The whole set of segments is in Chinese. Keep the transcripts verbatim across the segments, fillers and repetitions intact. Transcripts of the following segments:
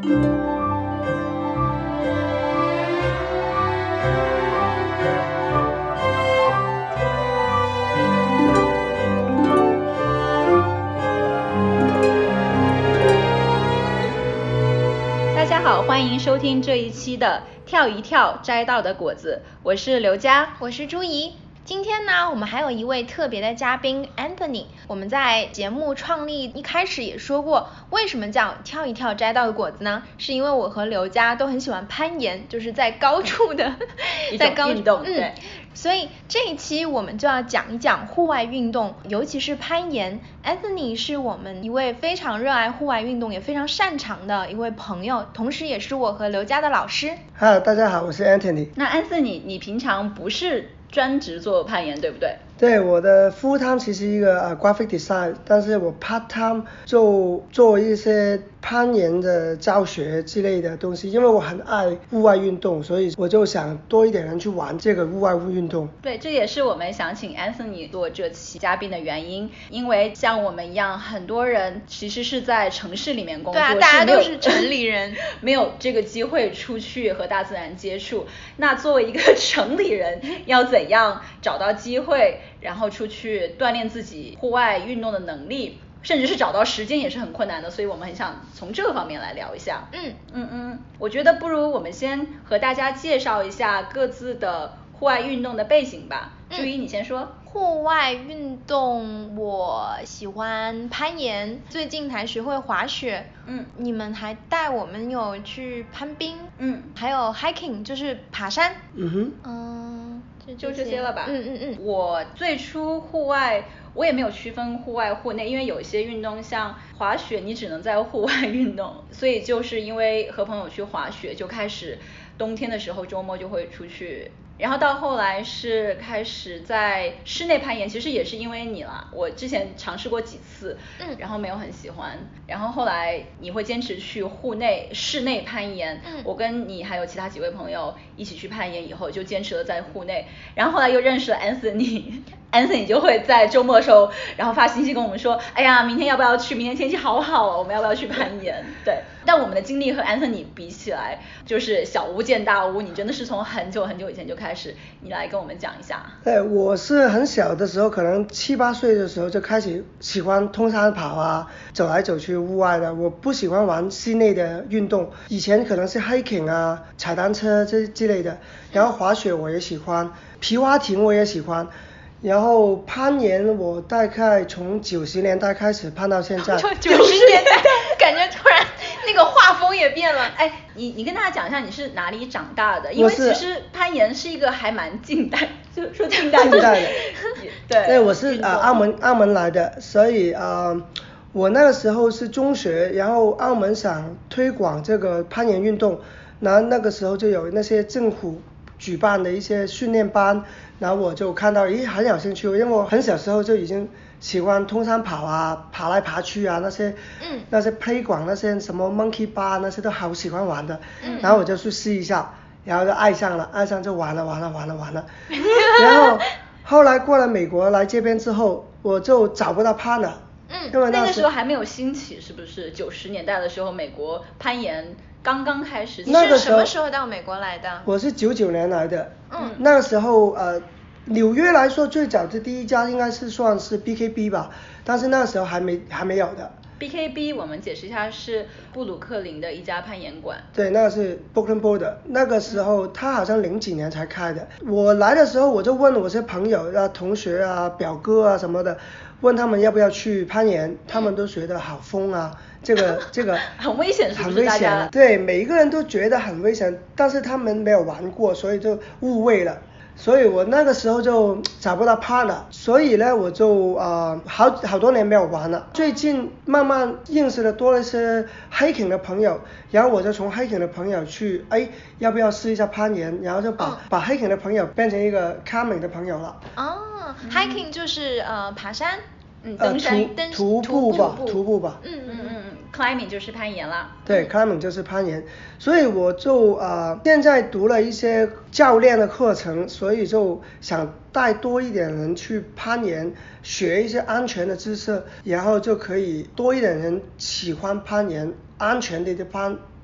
大家好，欢迎收听这一期的跳一跳摘到的果子，我是刘佳， 我是朱怡。今天呢，我们还有一位特别的嘉宾 Anthony。我们在节目创立一开始也说过，为什么叫跳一跳摘到的果子呢？是因为我和刘佳都很喜欢攀岩，就是在高处的在高运动，嗯，对。 所以这一期我们就要讲一讲户外运动，尤其是攀岩。Anthony 是我们一位非常热爱户外运动，也非常擅长的一位朋友，同时也是我和刘佳的老师。 Hello， 大家好，我是 Anthony。 那 Anthony， 你平常不是专职做攀岩，对不对？ 对，我的 full time 其实一个呃 graphic design， 但是我 part time 就做一些攀岩的教学之类的东西，因为我很爱户外运动，所以我就想多一点人去玩这个户外运动。 对，这也是我们想请 Anthony 做这期嘉宾的原因，因为像我们一样，很多人其实是在城市里面工作， 对啊，大家都是城里人， 没有这个机会出去和大自然接触。那作为一个城里人，要怎样找到机会，然后出去锻炼自己户外运动的能力，甚至是找到时间也是很困难的，所以我们很想从这个方面来聊一下。 嗯嗯嗯，我觉得不如我们先和大家介绍一下各自的户外运动的背景吧。朱怡，你先说。 户外运动我喜欢攀岩，最近才学会滑雪。 嗯， 你们还带我们有去攀冰， 嗯， 还有 hiking 就是爬山。 嗯哼， 嗯， 就这些了吧。 嗯嗯嗯。 我最初户外我也没有区分户外户内，因为有一些运动像滑雪你只能在户外运动，所以就是因为和朋友去滑雪，就开始冬天的时候周末就会出去，然后到后来是开始在室内攀岩，其实也是因为你啦，我之前尝试过几次， 嗯， 然后没有很喜欢，然后后来你会坚持去户内室内攀岩， 嗯， 我跟你还有其他几位朋友一起去攀岩以后，就坚持了在户内，然后后来又认识了 Anthony。Anthony 就会在周末的时候，然后发信息跟我们说，哎呀，明天要不要去？明天天气好好哦，我们要不要去攀岩？对，但我们的经历和 Anthony 比起来，就是小巫见大巫。你真的是从很久很久以前就开始，你来跟我们讲一下。 对，我是很小的时候，可能七八岁的时候就开始喜欢通山跑啊，走来走去户外的。我不喜欢玩室内的运动，以前可能是 hiking 啊、踩单车这之类的，然后滑雪我也喜欢，皮划艇我也喜欢。然后攀岩我大概从九十年代开始攀到现在。 九十年代，感觉突然那个画风也变了。 哎，你你跟大家讲一下你是哪里长大的？因为其实攀岩是一个还蛮近代，就说近代近代的。 对。 对，我是呃澳门澳门来的，所以呃我那个时候是中学，然后澳门想推广这个攀岩运动，然后那个时候就有那些政府举办的一些训练班，然后我就看到，咦，很有兴趣，因为我很小时候就已经喜欢通山跑啊，爬来爬去啊，那些， 嗯， 那些 playground 那些什么 monkey bar 那些都好喜欢玩的， 嗯， 然后我就去试一下，然后就爱上了，爱上就玩了，玩了，玩了，玩了，然后后来过了美国来这边之后，我就找不到攀了， 嗯， 因为那个时候还没有兴起，是不是？九十年代的时候，美国攀岩刚刚开始。 你是什么时候到美国来的？ 我是九九年来的。 嗯。 那个时候呃，纽约来说最早的第一家应该是算是 B K B 吧，但是那个时候还没还没有的。 B K B 我们解释一下是布鲁克林的一家攀岩馆。 对，那个是 Brooklyn Boulder， 那个时候他好像零几年才开的。我来的时候我就问我些朋友啊、同学啊、表哥啊什么的，问他们要不要去攀岩，他们都觉得好疯啊。这个这个很危险，是不是？ 很危险，对，每一个人都觉得很危险，但是他们没有玩过，所以就误会了。所以我那个时候就找不到 partner， 所以呢我就呃好好多年没有玩了。最近慢慢认识了多了一些 hiking 的朋友，然后我就从 hiking 的朋友去，哎，要不要试一下攀岩？然后就把、嗯、把 hiking 的朋友变成一个 climbing 的朋友了。 哦、嗯、，hiking 就是呃爬山。 嗯，登山、 呃、 登徒步吧，徒步吧。 嗯嗯嗯嗯 ，climbing 就是攀岩啦。 对、嗯、，climbing 就是攀岩，所以我就呃现在读了一些教练的课程，所以就想带多一点人去攀岩，学一些安全的知识，然后就可以多一点人喜欢攀岩，安全的攀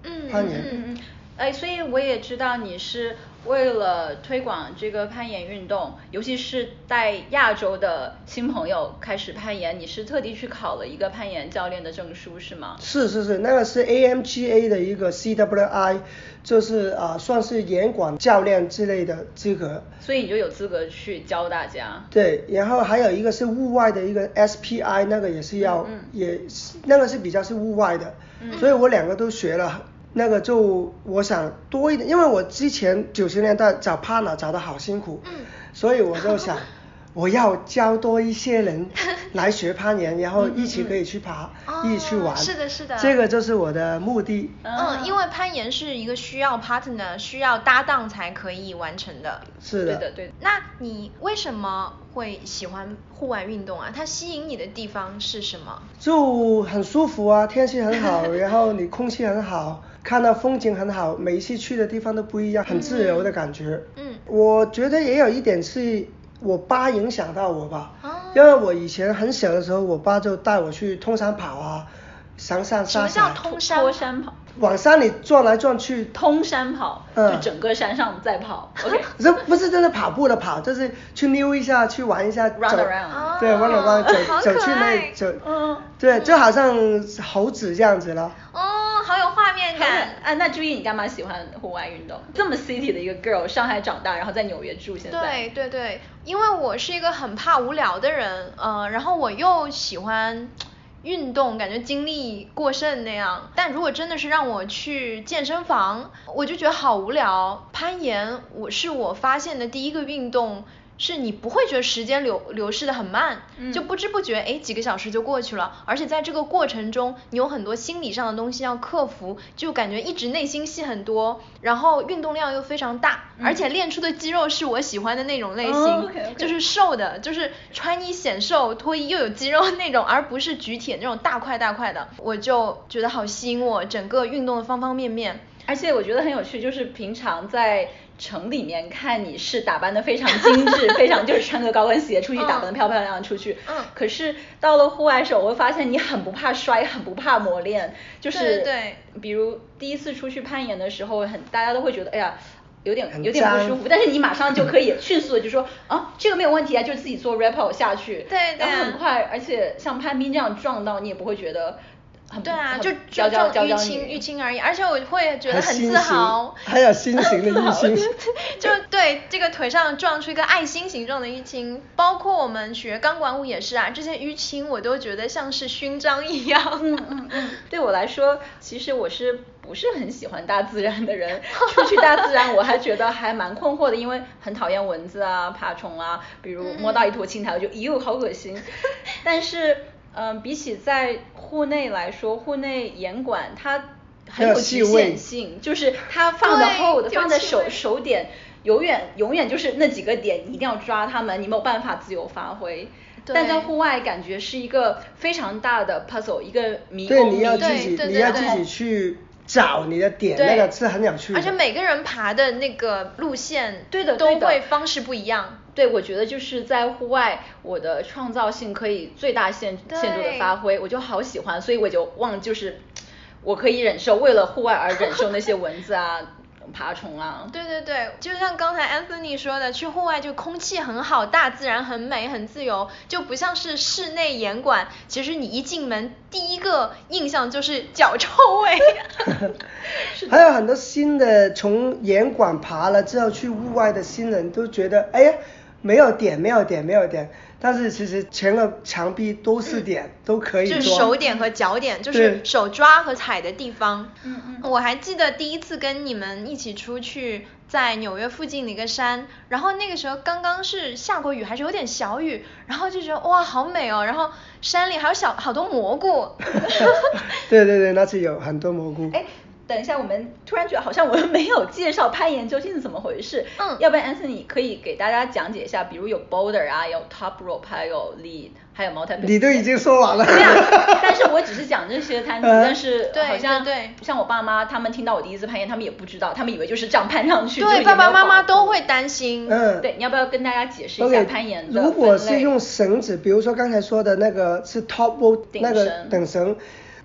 嗯攀岩。 嗯嗯嗯，哎，所以我也知道你是为了推广这个攀岩运动，尤其是带亚洲的新朋友开始攀岩，你是特地去考了一个攀岩教练的证书是吗？ 是是是，那个是 A M G A 的一个 C W I， 就是啊、呃、算是严管教练之类的资格。 所以你就有资格去教大家。 对，然后还有一个是户外的一个 S P I， 那个也是要， 嗯嗯也那个是比较是户外的， 嗯所以我两个都学了。那个就我想多一点，因为我之前九十年代找 partner 找的好辛苦， 嗯所以我就想我要教多一些人来学攀岩，然后一起可以去爬， 嗯一起去玩。 哦是的是的这个就是我的目的。 嗯，因为攀岩是一个需要 partner 需要搭档才可以完成的。 是的。 对的对的。 那你为什么会喜欢户外运动啊？它吸引你的地方是什么？ 就很舒服啊，天气很好，然后你空气很好，看到风景很好，每一次去的地方都不一样，很自由的感觉。 嗯， 我觉得也有一点是我爸影响到我吧， 哦因为我以前很小的时候，我爸就带我去通山跑啊，上山什么下海， 叫通山脱山跑？ 往山里转来转去。 通山跑， 嗯就整个山上在跑。OK。 这不是真的跑步的跑，就是去溜一下，去玩一下 Run 走 around 对 run around 走好可走去爱那走， 嗯对，就好像猴子这样子了。 哦，好有画面感。 啊，那注意你干嘛喜欢户外运动？这么 city 的一个 girl， 上海长大，然后在纽约住，现在。 对对对，因为我是一个很怕无聊的人，呃，然后我又喜欢运动，感觉精力过剩那样。但如果真的是让我去健身房，我就觉得好无聊。攀岩，我是我发现的第一个运动。是你不会觉得时间流流逝的很慢， 嗯就不知不觉哎几个小时就过去了，而且在这个过程中你有很多心理上的东西要克服，就感觉一直内心戏很多，然后运动量又非常大， 嗯而且练出的肌肉是我喜欢的那种类型， 哦，OK，OK 就是瘦的，就是穿衣显瘦，脱衣又有肌肉那种，而不是举铁那种大块大块的，我就觉得好吸引我整个运动的方方面面。 而且我觉得很有趣，就是平常在城里面看你是打扮的非常精致，非常就是穿个高跟鞋出去， 嗯打扮的漂漂亮亮出去。 嗯可是到了户外的时候，我会发现你很不怕摔，很不怕磨练。就是对对比如第一次出去攀岩的时候，很大家都会觉得，哎呀。有点很有点不脏舒服，但是你马上就可以迅速的就说啊，这个没有问题啊，就自己做 rappel 下去， 对对啊然后很快，而且像攀冰这样撞到你也不会觉得很对啊， 很就娇就娇娇娇撞淤青女淤青而已，而且我会觉得很自还心形豪。 还有心形的淤青。 就对这个腿上撞出一个爱心形状的淤青，包括我们学钢管舞也是啊，这些淤青我都觉得像是勋章一样。 嗯嗯嗯，对我来说，其实我是不是很喜欢大自然的人，出去大自然我还觉得还蛮困惑的，因为很讨厌蚊子啊、爬虫啊，比如摸到一坨青苔我就哟好恶心。但是嗯、呃，比起在户内来说，户内严管它很有局限性，就是它放的 hold 放的手手点。永远永远就是那几个点，你一定要抓它们，你没有办法自由发挥。但在户外感觉是一个非常大的 puzzle， 一个迷宫。 对，你要自己， 对对对你要自己去找你的点，那个是很有趣的。 而且每个人爬的那个路线， 对的， 都会方式不一样。 对，我觉得就是在户外，我的创造性可以最大限限度的发挥，我就好喜欢，所以我就忘就是我可以忍受，为了户外而忍受那些蚊子啊。爬虫啊， 对对对，就像刚才 Anthony 说的，去户外就空气很好，大自然很美很自由，就不像是室内严管，其实你一进门第一个印象就是脚臭味。 还有很多新的从严管爬了之后去户外的新人都觉得，哎呀，没有点没有点没有点，但是其实全个墙壁都是点，嗯、都可以抓。 就是手点和脚点，就是手抓和踩的地方。 嗯嗯。 我还记得第一次跟你们一起出去，在纽约附近的一个山，然后那个时候刚刚是下过雨，还是有点小雨，然后就觉得哇好美哦，然后山里还有小好多蘑菇。 对对对，那是有很多蘑菇。 哎。等一下，我们突然觉得好像我们没有介绍攀岩究竟是怎么回事。 嗯， 要不然 Anthony 可以给大家讲解一下，比如有 boulder 啊，有 top rope， 还有 lead， 还有 multi。 你都已经说完了。 对啊，但是我只是讲这些摊子，但是好像对像我爸妈他们听到我第一次攀岩，他们也不知道，他们以为就是这样攀上去。 对，爸爸妈妈都会担心。 嗯， 对，你要不要跟大家解释一下攀岩的分类？ 如果是用绳子，比如说刚才说的那个是 top rope 那个等绳。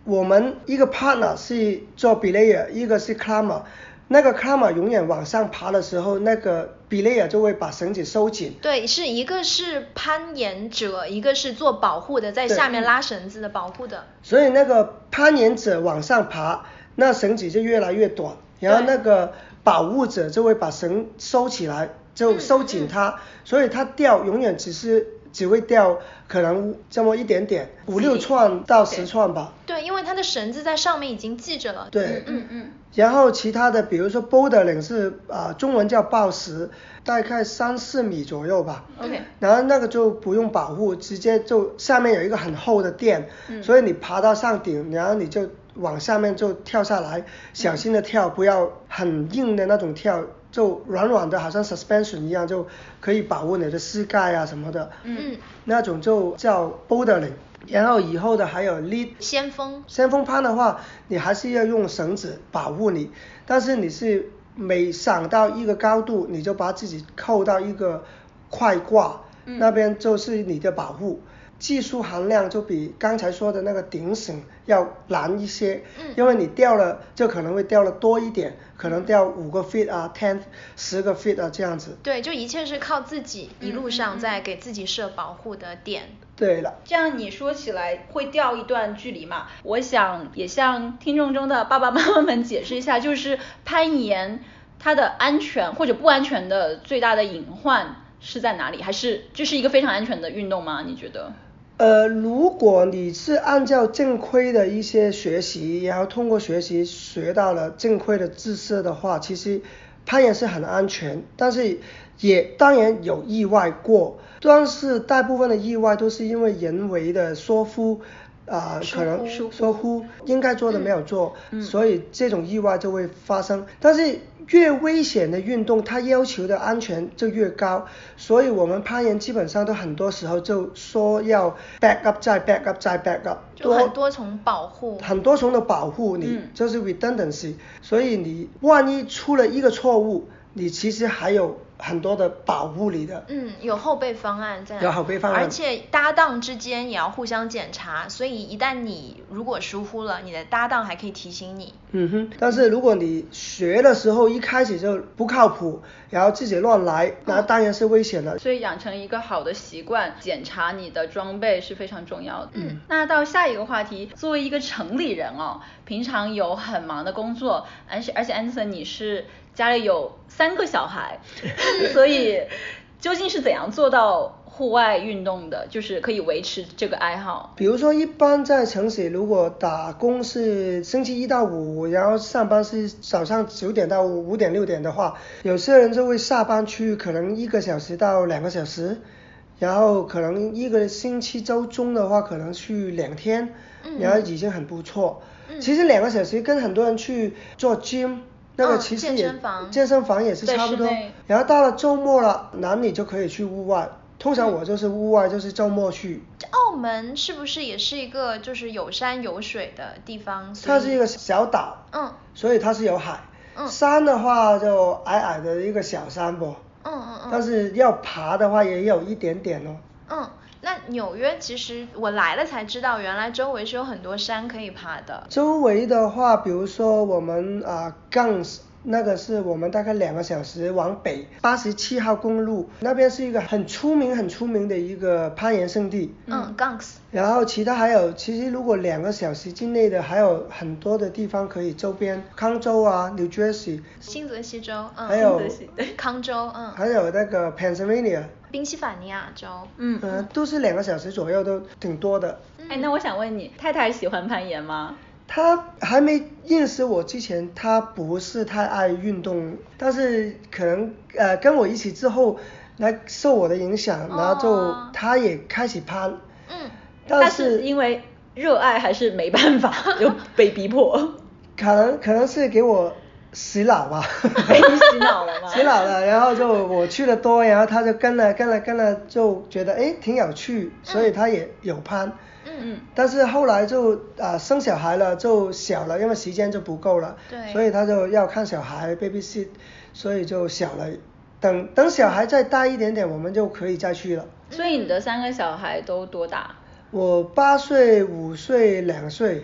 我们一个 partner 是做 belayer， 一个是 climber， 那个 climber 永远往上爬的时候，那个 belayer 就会把绳子收紧。 对，是一个是攀岩者，一个是做保护的，在下面拉绳子的保护的。 所以那个攀岩者往上爬，那绳子就越来越短，然后那个保护者就会把绳收起来，就收紧它，嗯嗯、所以它掉永远只是只会掉可能这么一点点，五六寸到十寸吧。 对，因为它的绳子在上面已经系着了。 对， 嗯嗯嗯。 然后其他的比如说 bouldering 是啊、呃、中文叫抱石，大概三四米左右吧。 OK。 然后那个就不用保护，直接就下面有一个很厚的垫，嗯、所以你爬到上顶，然后你就往下面就跳下来，小心的跳，不要很硬的那种跳。就软软的，好像 suspension 一样，就可以保护你的膝盖啊什么的。 嗯， 那种就叫 bouldering。然后以后的还有 lead 先锋。 先锋攀的话，你还是要用绳子保护你，但是你是每上到一个高度，你就把自己扣到一个快挂，嗯、那边就是你的保护。技术含量就比刚才说的那个顶绳要难一些，嗯、因为你掉了就可能会掉了多一点，可能掉五个 feet 啊 ten 十个 feet 啊这样子。 对，就一切是靠自己一路上在给自己设保护的点。 嗯、对了， 这样你说起来会掉一段距离嘛？我想也向听众中的爸爸妈妈们解释一下，就是攀岩它的安全或者不安全的最大的隐患是在哪里？还是这是一个非常安全的运动吗？你觉得？ 呃，如果你是按照正规的一些学习，然后通过学习学到了正规的知识的话，其实攀岩是很安全，但是也当然有意外过，但是大部分的意外都是因为人为的疏忽。啊、呃，可能疏忽应该做的没有做，嗯、所以这种意外就会发生。但是越危险的运动，它要求的安全就越高，所以我们攀岩基本上都很多时候就说要 back up 再 back up 再 back up， 就很多重保护， 很多重的保护你，嗯、就是 redundancy。所以你万一出了一个错误，你其实还有很多的保护你的。 嗯，有后备方案在。 有后备方案。 而且搭档之间也要互相检查，所以一旦你如果疏忽了，你的搭档还可以提醒你。 嗯哼。但是如果你学的时候一开始就不靠谱，然后自己乱来，那当然是危险的。 所以养成一个好的习惯，检查你的装备是非常重要的。嗯。那到下一个话题，作为一个城里人哦，平常有很忙的工作，而且而且安森你是家里有三个小孩，所以究竟是怎样做到户外运动的，就是可以维持这个爱好？ 比如说一般在城市，如果打工是星期一到五，然后上班是早上九点到五点六点的话，有些人就会下班去可能一个小时到两个小时，然后可能一个星期周中的话可能去两天，然后已经很不错。嗯、其实两个小时跟很多人去做 gym。那个其实也、哦、健身房健身房也是差不多，然后到了周末了，那你就可以去户外。通常我就是户外，就是周末去。 澳门是不是也是一个就是有山有水的地方？ 它是一个小岛，嗯，所以它是有海。嗯，山的话就矮矮的一个小山不，嗯嗯嗯，但是要爬的话也有一点点哦。 嗯。那纽约其实我来了才知道，原来周围是有很多山可以爬的。 周围的话，比如说我们啊 Gunns 那个是我们大概两个小时往北，八十七号公路那边是一个很出名很出名的一个攀岩圣地。 嗯 Gunns。 然后其他还有，其实如果两个小时之内的还有很多的地方可以周边，康州啊 New Jersey。 新泽西州。嗯。 还有康州，嗯。 还有那个 Pennsylvania。 宾夕法尼亚州， 嗯嗯、呃，都是两个小时左右，都挺多的。 哎，那我想问你，太太喜欢攀岩吗？ 她还没认识我之前，她不是太爱运动，但是可能呃跟我一起之后，来受我的影响，然后就她也开始攀。 嗯，但是因为热爱还是没办法，就被逼迫。 可能可能是给我洗脑吧， 被你洗脑了吗？ 洗脑了，然后就我去的多，然后他就跟了跟了跟了，就觉得哎挺有趣，所以他也有攀。嗯嗯。但是后来就啊、呃、生小孩了，就小了，因为时间就不够了，对，所以他就要看小孩 baby sit， 所以就小了。等等小孩再大一点点，我们就可以再去了。 所以你的三个小孩都多大？ 我八岁、五岁、两岁。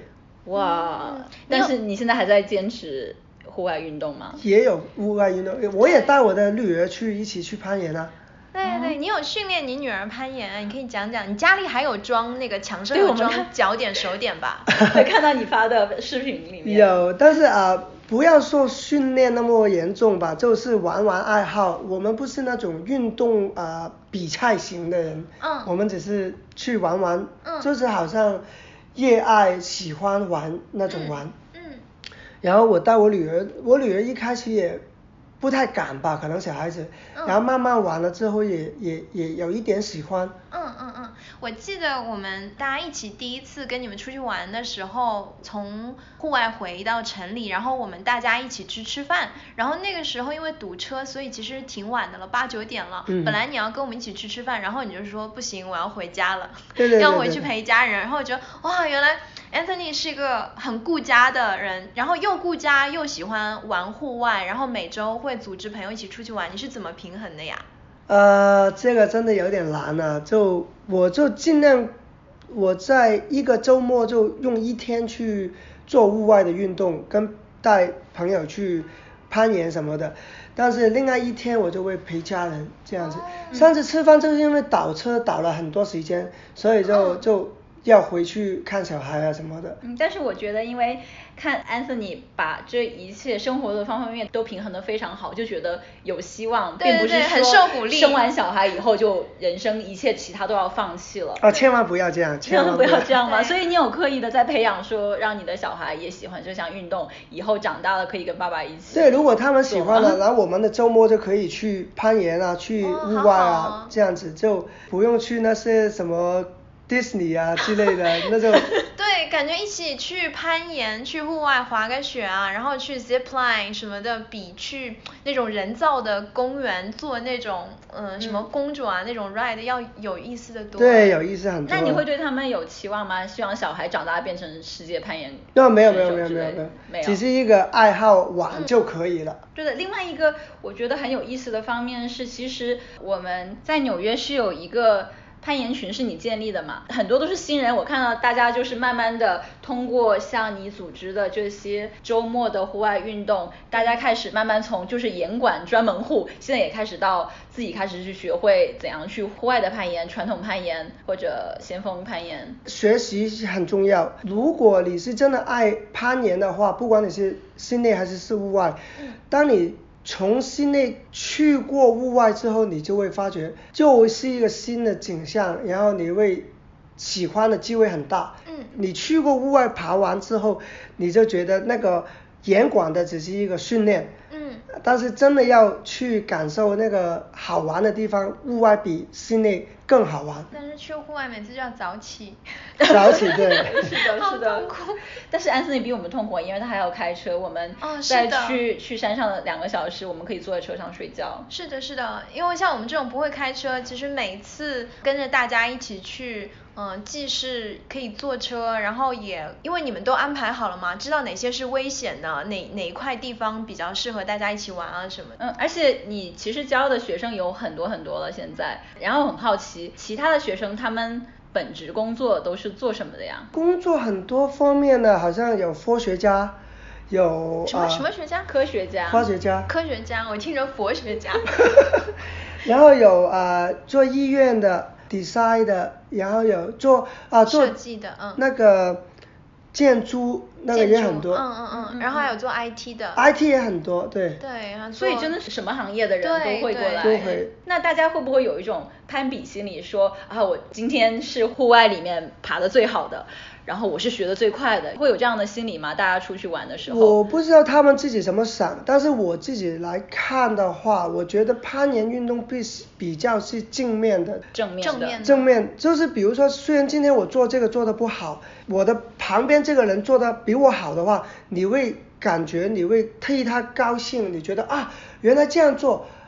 哇，嗯、但是你现在还在坚持户外运动吗？ 也有户外运动，我也带我的女儿去一起去攀岩啊。 对对，你有训练你女儿攀岩啊？你可以讲讲，你家里还有装那个墙上有装脚点手点吧？ 对，看到你发的视频里面。 有，但是啊、呃，不要说训练那么严重吧，就是玩玩爱好。我们不是那种运动啊、呃、比赛型的人， 嗯， 我们只是去玩玩， 嗯， 就是好像热爱喜欢玩那种玩。 嗯。嗯然后我带我女儿，我女儿一开始也不太敢吧，可能小孩子， 嗯、 然后慢慢玩了之后也也也有一点喜欢。 嗯嗯嗯，我记得我们大家一起第一次跟你们出去玩的时候，从户外回到城里，然后我们大家一起去吃饭，然后那个时候因为堵车，所以其实挺晚的了，八九点了。嗯。本来你要跟我们一起去吃饭，然后你就说不行，我要回家了， 对对对对要回去陪家人，然后我觉得哇，原来 Anthony 是一个很顾家的人，然后又顾家又喜欢玩户外，然后每周会组织朋友一起出去玩，你是怎么平衡的呀？ 呃，这个真的有点难啊，就我就尽量我在一个周末就用一天去做户外的运动，跟带朋友去攀岩什么的，但是另外一天我就会陪家人这样子。哦、上次吃饭就是因为倒车倒了很多时间，所以就、哦、就要回去看小孩啊什么的。 嗯，但是我觉得因为看 Anthony 把这一切生活的方方面面都平衡得非常好，就觉得有希望， 对对对， 并不是很受鼓励。 生完小孩以后就人生一切其他都要放弃了。 啊，千万不要这样， 千万不要这样嘛。所以你有刻意的在培养说，让你的小孩也喜欢这项运动，以后长大了可以跟爸爸一起。 对，如果他们喜欢了，然后我们的周末就可以去攀岩啊，去户外啊， 哦、好好这样子就不用去那些什么Disney 啊之类的那种。 对，感觉一起去攀岩，去户外滑个雪啊，然后去 zipline 什么的，比去那种人造的公园做那种嗯、呃、什么公主啊、嗯、那种 ride 要有意思的多。 对，有意思很多。 那你会对他们有期望吗？希望小孩长大变成世界攀岩？ 那没有没有没有没有没有，只是一个爱好玩就可以了。 嗯、对的，另外一个我觉得很有意思的方面是，其实我们在纽约是有一个攀岩群是你建立的嘛？很多都是新人，我看到大家就是慢慢的通过像你组织的这些周末的户外运动，大家开始慢慢从就是岩馆专门户，现在也开始到自己开始去学会怎样去户外的攀岩、传统攀岩或者先锋攀岩。 学习很重要，如果你是真的爱攀岩的话，不管你是室内还是是户外，当你从室内去过户外之后，你就会发觉就是一个新的景象，然后你会喜欢的机会很大。嗯，你去过户外爬完之后，你就觉得那个岩馆的只是一个训练。嗯，但是真的要去感受那个好玩的地方，户外比室内更好玩。 但是去户外每次就要早起。 早起，对。 是的，是的。但是安森尼比我们痛苦，因为他还要开车，我们再去、哦、去山上的两个小时，我们可以坐在车上睡觉。 是的，是的，因为像我们这种不会开车，其实每次跟着大家一起去，嗯、呃，既是可以坐车，然后也因为你们都安排好了嘛，知道哪些是危险的，哪哪一块地方比较适合大家一起玩啊什么的。 嗯，而且你其实教的学生有很多很多了现在，然后很好奇其他的学生他们本职工作都是做什么的呀？ 工作很多方面的，好像有科学家，有什么、呃、什么学家？ 科学家。 科学家。 科学家，我听成佛学家。 然后有呃做医院的 design 的，然后有做啊、呃、做设计的，嗯， 那个建筑那个也很多， 嗯嗯嗯，然后还有做 I T 的 ，I T 也很多，对。 对， 所以真的是什么行业的人都会过来。 都会。 那大家会不会有一种攀比心理，说啊我今天是户外里面爬得最好的，然后我是学得最快的，会有这样的心理吗？大家出去玩的时候。 我不知道他们自己怎么想，但是我自己来看的话，我觉得攀岩运动比比较是正面的。 正面的。 正面就是比如说，虽然今天我做这个做得不好，我的旁边这个人做得比我好的话，你会感觉你会替他高兴，你觉得啊原来这样做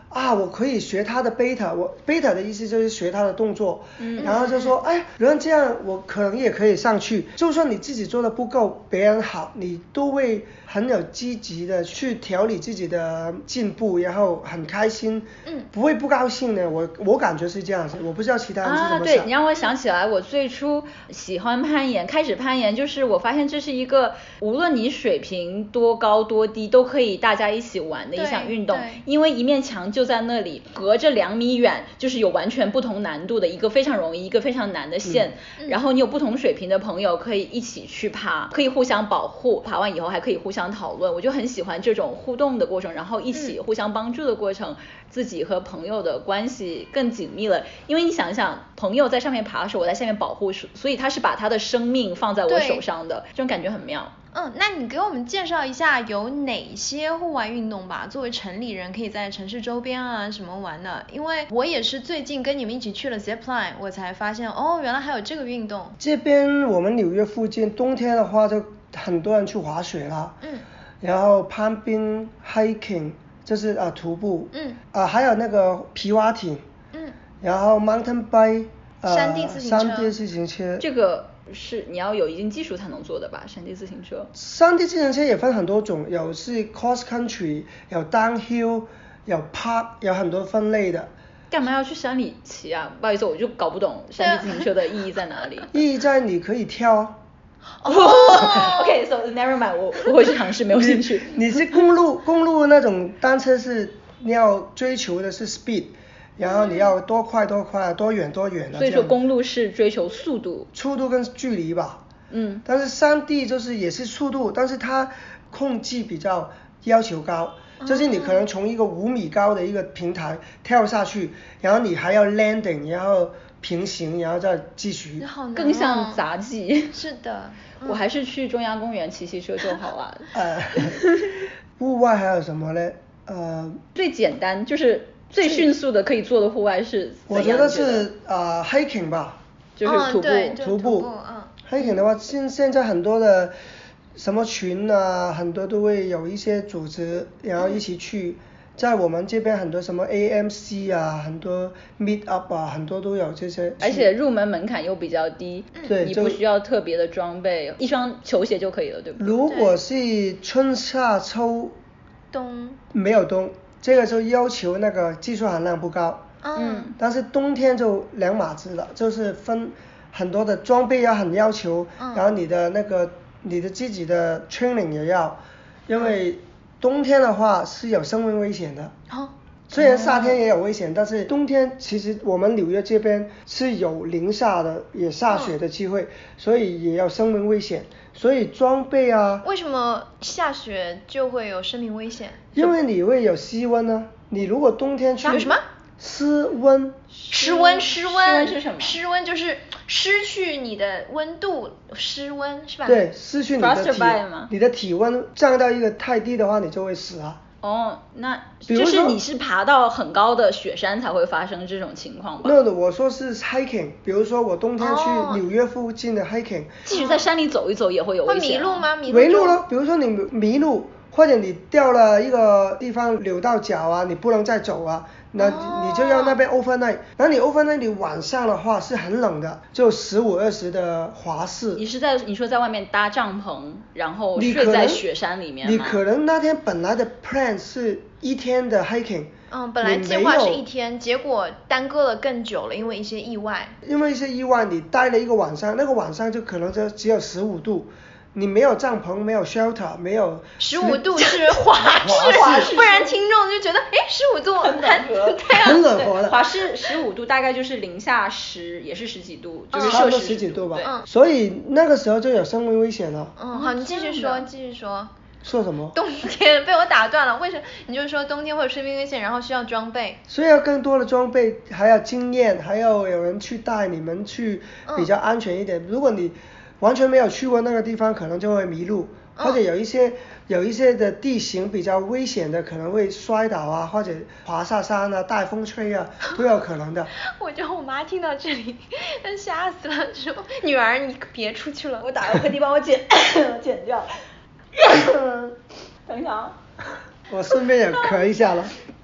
啊，我可以学他的 beta， 我 beta 的意思就是学他的动作， 嗯然后就说，哎，人这样我可能也可以上去，就算你自己做的不够别人好，你都会很有积极的去调理自己的进步，然后很开心， 嗯不会不高兴的，我我感觉是这样子，我不知道其他人是怎啊， 么想。 对，你让我想起来，我最初喜欢攀岩，开始攀岩就是我发现这是一个无论你水平多高多低，都可以大家一起玩的一项运动对对， 因为一面墙就在那里，隔着两米远，就是有完全不同难度的一个非常容易，一个非常难的线， 嗯然后你有不同水平的朋友可以一起去爬，可以互相保护，爬完以后还可以互相讨论，我就很喜欢这种互动的过程，然后一起互相帮助的过程，自己和朋友的关系更紧密了。因为你想想，朋友在上面爬的时候，我在下面保护，所以他是把他的生命放在我对手上的，这种感觉很妙。 嗯，那你给我们介绍一下有哪些户外运动吧？作为城里人，可以在城市周边啊什么玩的？因为我也是最近跟你们一起去了 Zipline， 我才发现哦，原来还有这个运动。 这边我们纽约附近冬天的话就很多人去滑雪啦， 嗯， 然后攀冰 hiking 就是啊徒步， 嗯， 啊还有那个皮划艇， 嗯， 然后 mountain bike，呃山地自行车山地自行车， 这个是你要有一定技术才能做的吧？山地自行车。 山地自行车也分很多种，有是 cross country， 有 downhill， 有 park， 有很多分类的。 干嘛要去山里骑啊？不好意思，我就搞不懂山地自行车的意义在哪里。 意义在你可以跳啊。 哦，OK，so never mind，我我会去尝试，没有兴趣。 你是公路公路那种单车是你要追求的是 speed， 然后你要多快多快，多远多远的。 所以说公路是追求速度。 速度跟距离吧。 嗯。 但是山地就是也是速度，但是它控制比较要求高。就是你可能从一个五米高的一个平台跳下去，然后你还要 landing， 然后平行，然后再继续。 好难哦更像杂技。 是的，嗯我还是去中央公园骑骑车就好了。 呃，户外还有什么呢？呃， 最简单就是最迅速的可以做的户外是怎样？ 我觉得是呃 hiking 吧， 就是徒步。 嗯对就徒徒步嗯 hiking 的话，现现在很多的什么群啊，很多都会有一些组织，然后一起去。在我们这边很多什么 A M C 啊，很多 meet up 啊，很多都有这些。 而且入门门槛又比较低， 对就你不需要特别的装备，一双球鞋就可以了，对不对？ 如果是春夏秋冬没有冬，这个就要求那个技术含量不高。 嗯但是冬天就两码子了，就是分很多的装备要很要求， 嗯然后你的那个你的自己的 training 也要，因为冬天的话是有生命危险的。 好虽然夏天也有危险，但是冬天其实我们纽约这边是有零下的，也下雪的机会，所以也有生命危险。所以装备啊， 为什么下雪就会有生命危险？ 因为你会有湿温啊，你如果冬天去什么什么湿温， 失温，失温， 失温是什么失温就是失去你的温度，失温是吧？ 对，失去你的体 Frostbite 吗你的体温降到一个太低的话，你就会死啊。 哦，那比如说就是你是爬到很高的雪山才会发生这种情况吧？ 那个我说是 hiking， 比如说我冬天去哦纽约附近的 hiking，、 即使在山里走一走也会有会危险、啊。 迷路吗？迷路就迷路了，比如说你迷路，或者你掉了一个地方扭到脚啊，你不能再走啊，那哦你就要那边 overnight。那你 overnight 你晚上的话是很冷的，就十五二十的华氏。 你是在你说在外面搭帐篷，然后睡你可能在雪山里面吗？ 你可能那天本来的 plan 是一天的 hiking。 嗯，本来你没计划是有一天，结果耽搁了更久了，因为一些意外。 因为一些意外，你待了一个晚上，那个晚上就可能就只有十五度，你没有帐篷，没有 shelter， 没有十五度是华氏，不然听众就觉得，哎，十五度很暖和对啊， 很冷和的。 华氏十五度大概就是零下十，也是十几度，就是摄差不多氏十几度吧对。 嗯所以那个时候就有生命危险了。 嗯，好，你继续说， 这样的继续说。 说什么？ 冬天被我打断了，为什么？你就是说冬天会有生命危险，然后需要装备。 所以要更多的装备，还要经验，还要有人去带你们去比较安全一点。如果你完全没有去过那个地方，可能就会迷路， 嗯或者有一些有一些的地形比较危险的，可能会摔倒啊，或者滑下山啊、带风吹啊，都有可能的。 我觉得我妈听到这里，她吓死了，说女儿你别出去了。 我打个喷嚏，帮我剪剪掉。等一下啊。 我顺便也咳一下了。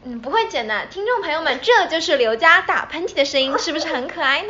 嗯，不会剪的，听众朋友们，这就是刘佳打喷嚏的声音，是不是很可爱呢？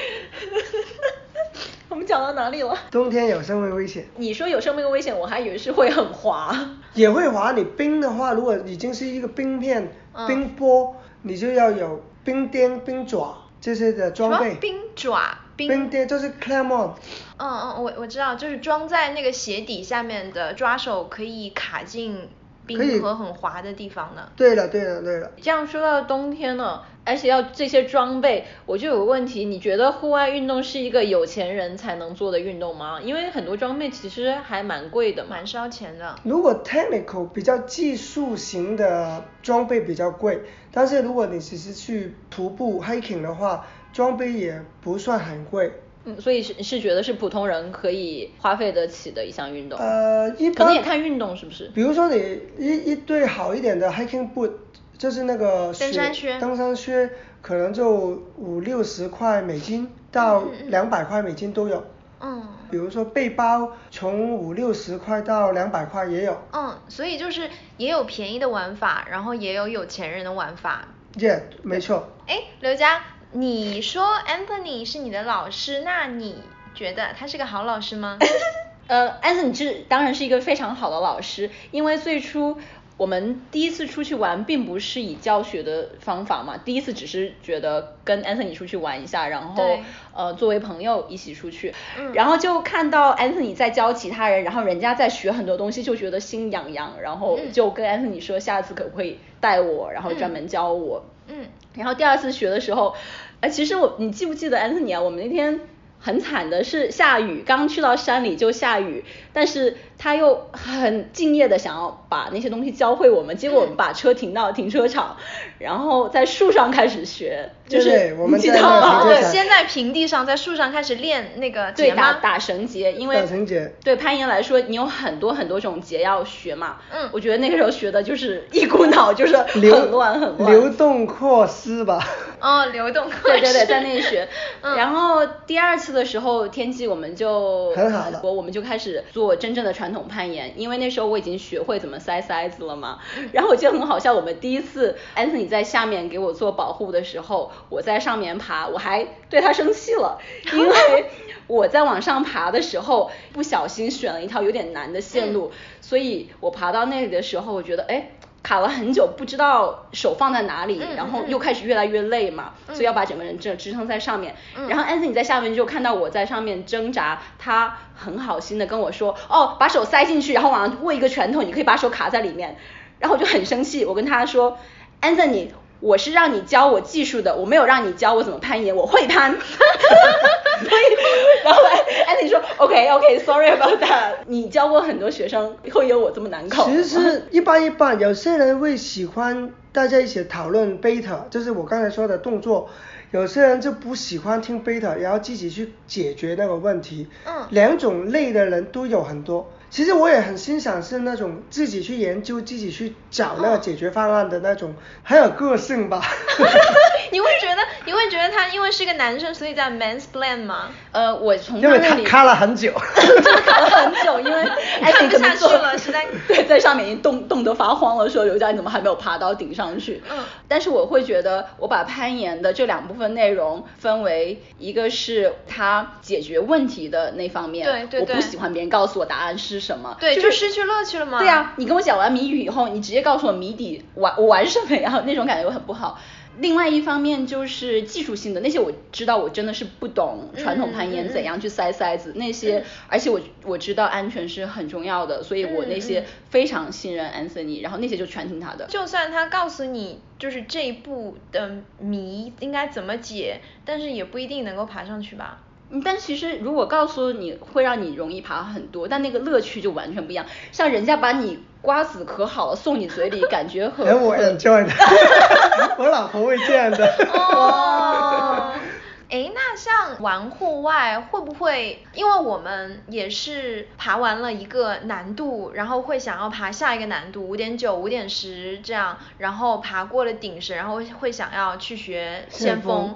我们讲到哪里了？ 冬天有生命危险。 你说有生命危险，我还以为是会很滑。 也会滑，你冰的话，如果已经是一个冰片、 嗯、 冰波，你就要有冰钉、冰爪这些的装备。 冰爪、冰冰钉就是 clam on。 嗯嗯，我我知道，就是装在那个鞋底下面的抓手可以卡进冰和很滑的地方的。 对了对了对了。 这样说到冬天了，而且要这些装备，我就有个问题，你觉得户外运动是一个有钱人才能做的运动吗？因为很多装备其实还蛮贵的， 蛮烧钱的。 如果 technical 比较技术型的装备比较贵，但是如果你只是去徒步 hiking 的话，装备也不算很贵。 嗯，所以是是觉得是普通人可以花费得起的一项运动。 呃，一般可能也看运动是不是？ 比如说你一一对好一点的 hiking boot， 就是那个雪登山靴， 登山靴可能就五六十块美金到两百块美金都有。 嗯。 比如说背包从五六十块到两百块也有。 嗯，所以就是也有便宜的玩法，然后也有有钱人的玩法。 Yeah， 没错。 哎，刘佳，你说 Anthony 是你的老师，那你觉得他是个好老师吗？ 呃 Anthony 是当然是一个非常好的老师，因为最初我们第一次出去玩并不是以教学的方法嘛，第一次只是觉得跟 Anthony 出去玩一下，然后呃作为朋友一起出去、嗯、然后就看到 Anthony 在教其他人，然后人家在学很多东西，就觉得心痒痒，然后就跟 Anthony 说下次可不可以带我，然后专门教我。 嗯， 然后第二次学的时候，呃其实我你记不记得 Anthony 啊，我们那天很惨的是下雨，刚去到山里就下雨，但是他又很敬业的想要把那些东西教会我们，结果我们把车停到停车场，然后在树上开始学，就是对对我们你记得吗？ 对，先在平地上，在树上开始练那个对打打绳结，因为打绳结对攀岩来说，你有很多很多种结要学嘛。 嗯， 我觉得那个时候学的就是一股脑，就是很乱很乱。 流动扩丝吧。 哦，流动扩丝。 对对对，在那里学。 嗯、 然后第二次的时候天气我们就很好了， 我们就开始做真正的传统攀岩，因为那时候我已经学会怎么塞塞子了嘛。然后我记得很好笑，我们第一次 Anthony 在下面给我做保护的时候，我在上面爬，我还对他生气了，因为我在往上爬的时候不小心选了一条有点难的线路、嗯、所以我爬到那里的时候，我觉得哎卡了很久，不知道手放在哪里、嗯、然后又开始越来越累嘛、嗯、所以要把整个人支支撑在上面、嗯、然后 Anthony 在下面就看到我在上面挣扎，他很好心的跟我说，哦把手塞进去，然后往上握一个拳头，你可以把手卡在里面。然后我就很生气，我跟他说 Anthony 我是让你教我技术的，我没有让你教我怎么攀岩，我会攀。所以然后 Anthony 说 OK OK sorry about that， 你教过很多学生，会有我这么难考？ 其实一般一般，有些人会喜欢大家一起讨论 beta， 就是我刚才说的动作，有些人就不喜欢听 beta， 然后自己去解决那个问题。 嗯， 两种类的人都有很多。其实我也很欣赏是那种自己去研究、自己去找那个解决方案的那种，很有个性吧。 你会觉得你会觉得他因为是个男生，所以在 mansplain 吗？ 呃，我从他那里因为他卡了很久， 真的卡了很久，因为看不下去了，实在对，在上面已经冻冻得发慌了，说刘佳你怎么还没有爬到顶上去？ 嗯， 但是我会觉得我把攀岩的这两部分内容分为一个是他解决问题的那方面， 对对对， 我不喜欢别人告诉我答案是什么， 对， 就就是失去乐趣了吗？ 对啊，你跟我讲完谜语以后，你直接告诉我谜底，玩我玩什么呀？那种感觉很不好。另外一方面就是技术性的那些，我知道我真的是不懂传统攀岩怎样去塞塞子、嗯、那些、嗯、而且我我知道安全是很重要的，所以我那些非常信任 Anthony、嗯、然后那些就全听他的。 就算他告诉你就是这一步的谜应该怎么解，但是也不一定能够爬上去吧。 嗯，但其实如果告诉你会让你容易爬很多，但那个乐趣就完全不一样。像人家把你瓜子壳好了送你嘴里，感觉很很我 enjoy 的。我老婆会这样的。 哦，哎，那像玩户外会不会，因为我们也是爬完了一个难度，然后会想要爬下一个难度，五点九、五点十这样，然后爬过了顶绳，然后会想要去学先锋。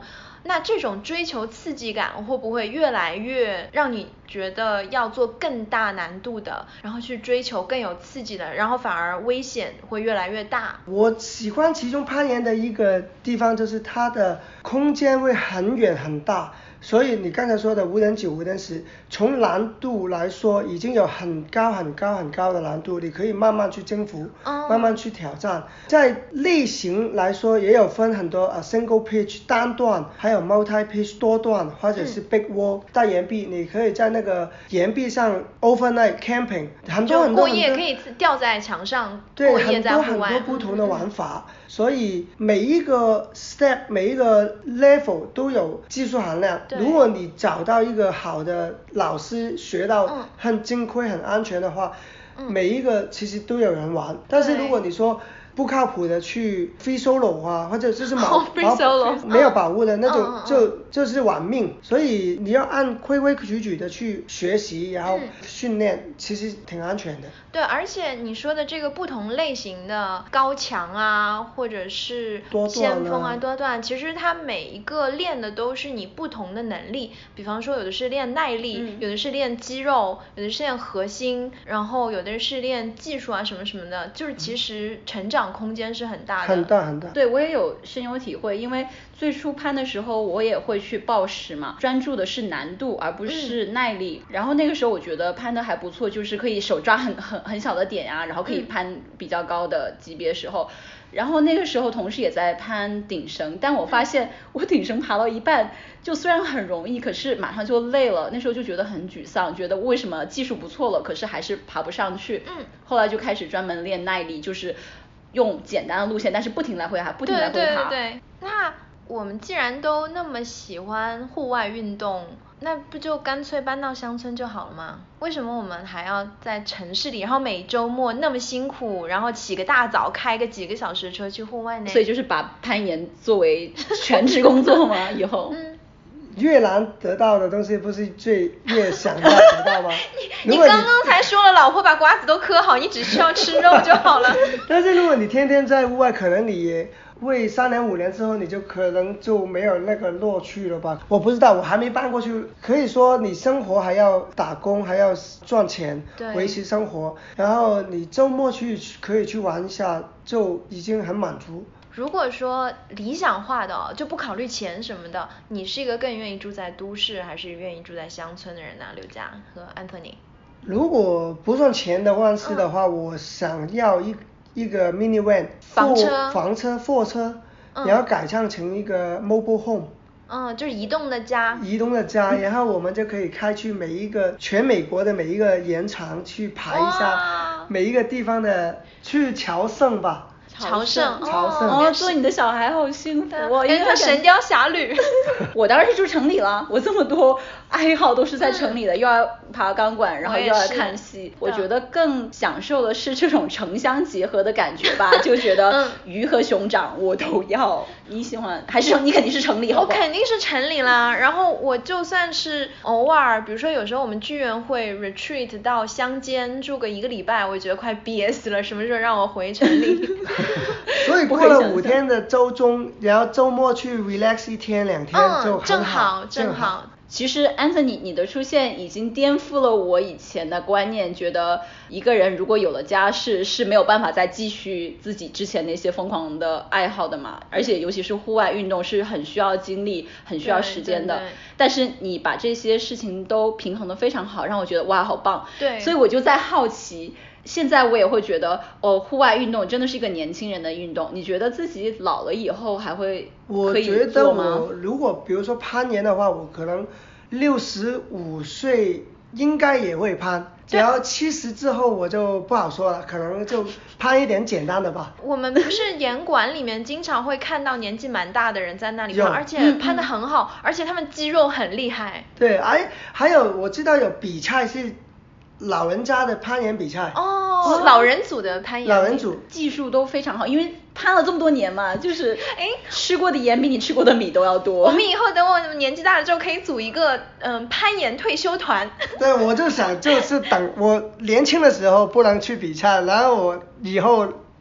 那这种追求刺激感会不会越来越让你觉得要做更大难度的，然后去追求更有刺激的，然后反而危险会越来越大？ 我喜欢其中攀岩的一个地方就是它的空间会很远很大，所以你刚才说的无人九、无人十，从难度来说已经有很高很高很高的难度，你可以慢慢去征服， 哦、 慢慢去挑战。在类型来说也有分很多呃 single pitch 单段，还有 multi pitch 多段，或者是 big wall 大岩壁，你可以在那个岩壁上 overnight camping， 很多很多过夜可以吊在墙上， 对， 过夜在户外， 很多很多不同的玩法。嗯，所以每一个 step 每一个 level 都有技术含量，如果你找到一个好的老师，学到很金亏很安全的话，嗯，每一个其实都有人玩。但是如果你说不靠谱的去 free solo 啊，或者就是保、 oh, free solo 没有保护的那种， 嗯、 就就是玩命。所以你要按规规矩矩的去学习，然后训练，嗯，其实挺安全的。 对，而且你说的这个不同类型的高墙啊，或者是先锋啊、多段，其实它每一个练的都是你不同的能力。比方说，有的是练耐力，嗯，有的是练肌肉，有的是练核心，然后有的是练技术啊什么什么的，就是其实成长空间是很大的。 很大很大。 对，我也有深有体会，因为最初攀的时候我也会去报时嘛，专注的是难度而不是耐力，嗯，然后那个时候我觉得攀的还不错，就是可以手抓很很很小的点呀，啊，然后可以攀比较高的级别时候，嗯，然后那个时候同时也在攀顶绳，但我发现我顶绳爬到一半就虽然很容易，可是马上就累了，那时候就觉得很沮丧，觉得为什么技术不错了，可是还是爬不上去。嗯，后来就开始专门练耐力，就是用简单的路线，但是不停来回爬，不停来回爬。 对对对，那我们既然都那么喜欢户外运动，那不就干脆搬到乡村就好了吗？为什么我们还要在城市里，然后每周末那么辛苦，然后起个大早开个几个小时的车去户外呢？ 所以就是把攀岩作为全职工作吗？以后？ 嗯， 越难得到的东西不是最越想要得到吗？ 你你刚刚才说了，老婆把瓜子都嗑好，你只需要吃肉就好了。 但是如果你天天在户外，可能你也会三年五年之后，你就可能就没有那个乐趣了吧？我不知道，我还没搬过去。可以说你生活还要打工，还要赚钱维持生活，然后你周末去可以去玩一下，就已经很满足。 如果说理想化的就不考虑钱什么的，你是一个更愿意住在都市还是愿意住在乡村的人呢？刘佳和 Anthony。 如果不算钱的关系的话，嗯，我想要一一个 minivan 房车房车货车，嗯，然后改造成一个 mobile home。 嗯，就是移动的家。 移动的家，然后我们就可以开去每一个全美国的每一个岩场去排一下每一个地方的，去朝圣吧。 朝圣， 朝圣哦，做你的小孩好幸福哦， 因为他神雕侠侣。 我当然是住城里了，我这么多爱好都是在城里的，嗯，又要爬钢管，然后又要看戏，我, 我觉得更享受的是这种城乡结合的感觉吧，就觉得鱼和熊掌我都要。你喜欢还是你肯定是城里好不好？ 我肯定是城里啦，然后我就算是偶尔，比如说有时候我们剧院会 retreat 到乡间住个一个礼拜，我觉得快憋死了，什么时候让我回城里？ 所以过了五天的周中，然后周末去 relax 一天两天就很好， 嗯，正好正好。 其实 Anthony 你的出现已经颠覆了我以前的观念，觉得一个人如果有了家室是没有办法再继续自己之前那些疯狂的爱好的嘛，而且尤其是户外运动是很需要精力很需要时间的， 对对对， 但是你把这些事情都平衡得非常好，让我觉得哇好棒。 对， 所以我就在好奇，现在我也会觉得哦，户外运动真的是一个年轻人的运动，你觉得自己老了以后还会可以做吗？ 我觉得我如果比如说攀岩的话，我可能六十五岁应该也会攀，只要七十之后我就不好说了，可能就攀一点简单的吧。 我们不是岩馆里面经常会看到年纪蛮大的人在那里攀，而且攀得很好，嗯，而且他们肌肉很厉害。 对，哎，还有我知道有比赛是老人家的攀岩比赛。 哦，老人组的攀岩。 老人组技术都非常好，因为攀了这么多年嘛，就是哎，吃过的盐比你吃过的米都要多。 我们以后等我年纪大了之后，可以组一个嗯攀岩退休团。 对，我就想就是等我年轻的时候不能去比赛，然后我以后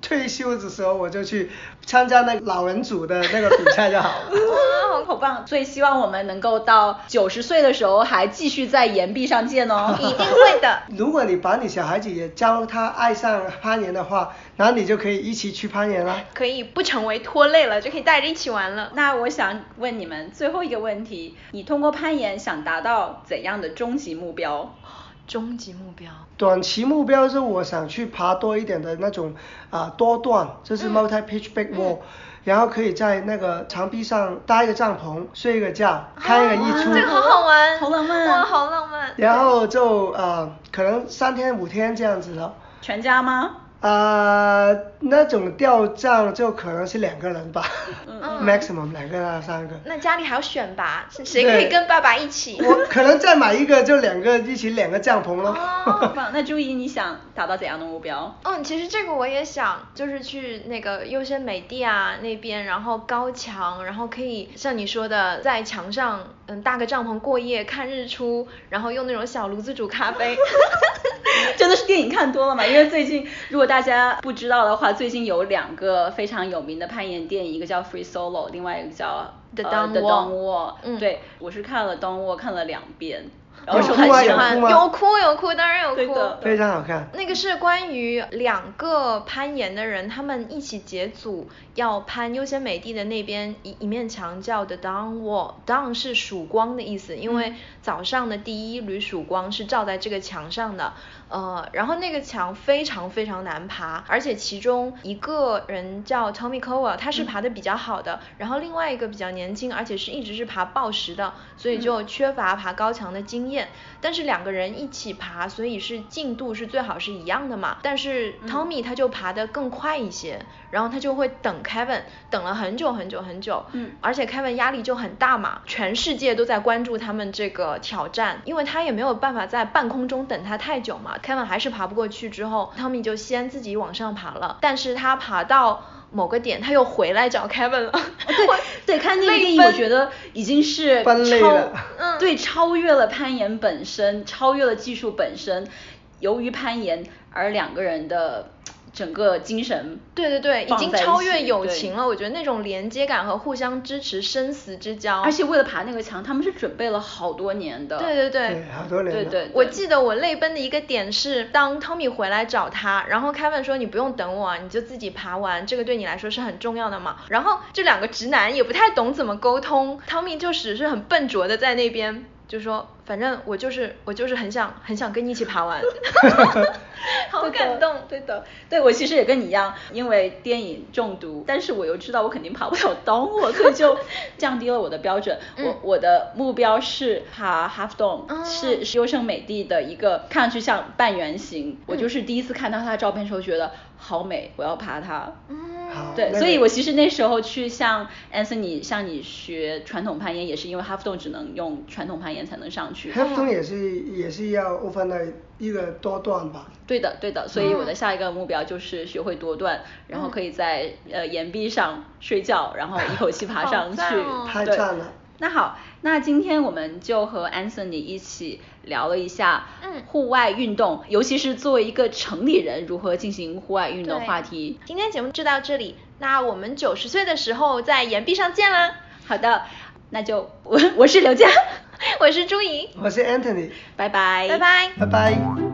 退休的时候我就去参加那个老人组的那个比赛就好了。 哇，好棒！所以希望我们能够到九十岁的时候还继续在岩壁上见哦。 一定会的。 如果你把你小孩子也教他爱上攀岩的话，然后你就可以一起去攀岩了。 可以不成为拖累了，就可以带着一起玩了。 那我想问你们最后一个问题，你通过攀岩想达到怎样的终极目标？ 终极目标， 短期目标是我想去爬多一点的那种啊、呃、多段，就是 multi pitch big wall，、嗯、然后可以在那个墙壁上搭一个帐篷，睡一个觉，看一个日出， 这个好好玩， 好浪漫， 哇，好浪漫。 然后就呃可能三天五天这样子的。 全家吗？ 啊、呃，那种吊帐就可能是两个人吧、 嗯、 ，maximum 两个人到三个。 那家里还要选拔，谁可以跟爸爸一起？ 我可能再买一个，就两个一起两个帐篷咯。 哦，那朱怡你想达到怎样的目标？ 嗯，其实这个我也想，就是去那个优胜美地啊那边，然后高墙，然后可以像你说的，在墙上嗯搭个帐篷过夜，看日出，然后用那种小炉子煮咖啡。 真的是电影看多了嘛？因为最近如果大家不知道的话，最近有两个非常有名的攀岩电影，一个叫 Free Solo， 另外一个叫 The Dawn Wall。 嗯， 对，我是看了 Dawn Wall 看了两遍。然后有哭啊有哭吗？ 有哭有哭，当然有哭。 对的， 非常好看。 那个是关于两个攀岩的人，他们一起结组要攀优先美地的那边一一面墙叫 The Dawn Wall。Dawn 是曙光的意思，因为早上的第一缕曙光是照在这个墙上的。呃，然后那个墙非常非常难爬，而且其中一个人叫 Tommy Cowell， 他是爬得比较好的，嗯、然后另外一个比较年轻，而且是一直是爬抱石的，所以就缺乏爬高墙的经验。但是两个人一起爬，所以是进度是最好是一样的嘛。但是 Tommy 他就爬得更快一些，嗯、然后他就会等 Kevin， 等了很久很久很久。嗯，而且 Kevin 压力就很大嘛，全世界都在关注他们这个挑战，因为他也没有办法在半空中等他太久嘛。Kevin 还是爬不过去之后 Tommy 就先自己往上爬了，但是他爬到某个点他又回来找 Kevin 了。 对对，看那个电影我觉得已经是超嗯对超越了攀岩本身，超越了技术本身，由于攀岩而两个人的整个精神， 对对对，已经超越友情了。我觉得那种连接感和互相支持，生死之交。 而且为了爬那个墙，他们是准备了好多年的。 对对对， 对好多年。 对 对, 对。 我记得我泪奔的一个点是，当 Tommy 回来找他，然后 Kevin 说你不用等我啊，你就自己爬完，这个对你来说是很重要的嘛。然后这两个直男也不太懂怎么沟通 ，Tommy 就只是很笨拙的在那边。就说反正我就是我就是很想很想跟你一起爬完。好感动。 对的，对，我其实也跟你一样，因为电影中毒，但是我又知道我肯定爬不了Dawn Wall，所以就降低了我的标准。嗯、我我的目标是爬 Half Dome，、嗯、是是优胜美地的一个看上去像半圆形。嗯、我就是第一次看到它的照片的时候觉得好美，我要爬它。 嗯对，所以我其实那时候去像 Anthony 向你学传统攀岩，也是因为 Half Dome 只能用传统攀岩才能上去。 Half Dome 也是也是要 overnight 一个多段吧。 对的对的，所以我的下一个目标就是学会多段，嗯、然后可以在呃岩壁上睡觉，然后一口气爬上去。 哦、 太赞了。 那好，那今天我们就和 Anthony 一起聊了一下户外运动，嗯、尤其是作为一个城里人如何进行户外运动话题。 今天节目就到这里，那我们九十岁的时候在岩壁上见啦。 好的，那就我我是刘佳， 我是朱怡， 我是 Anthony， 拜拜， 拜拜， 拜拜。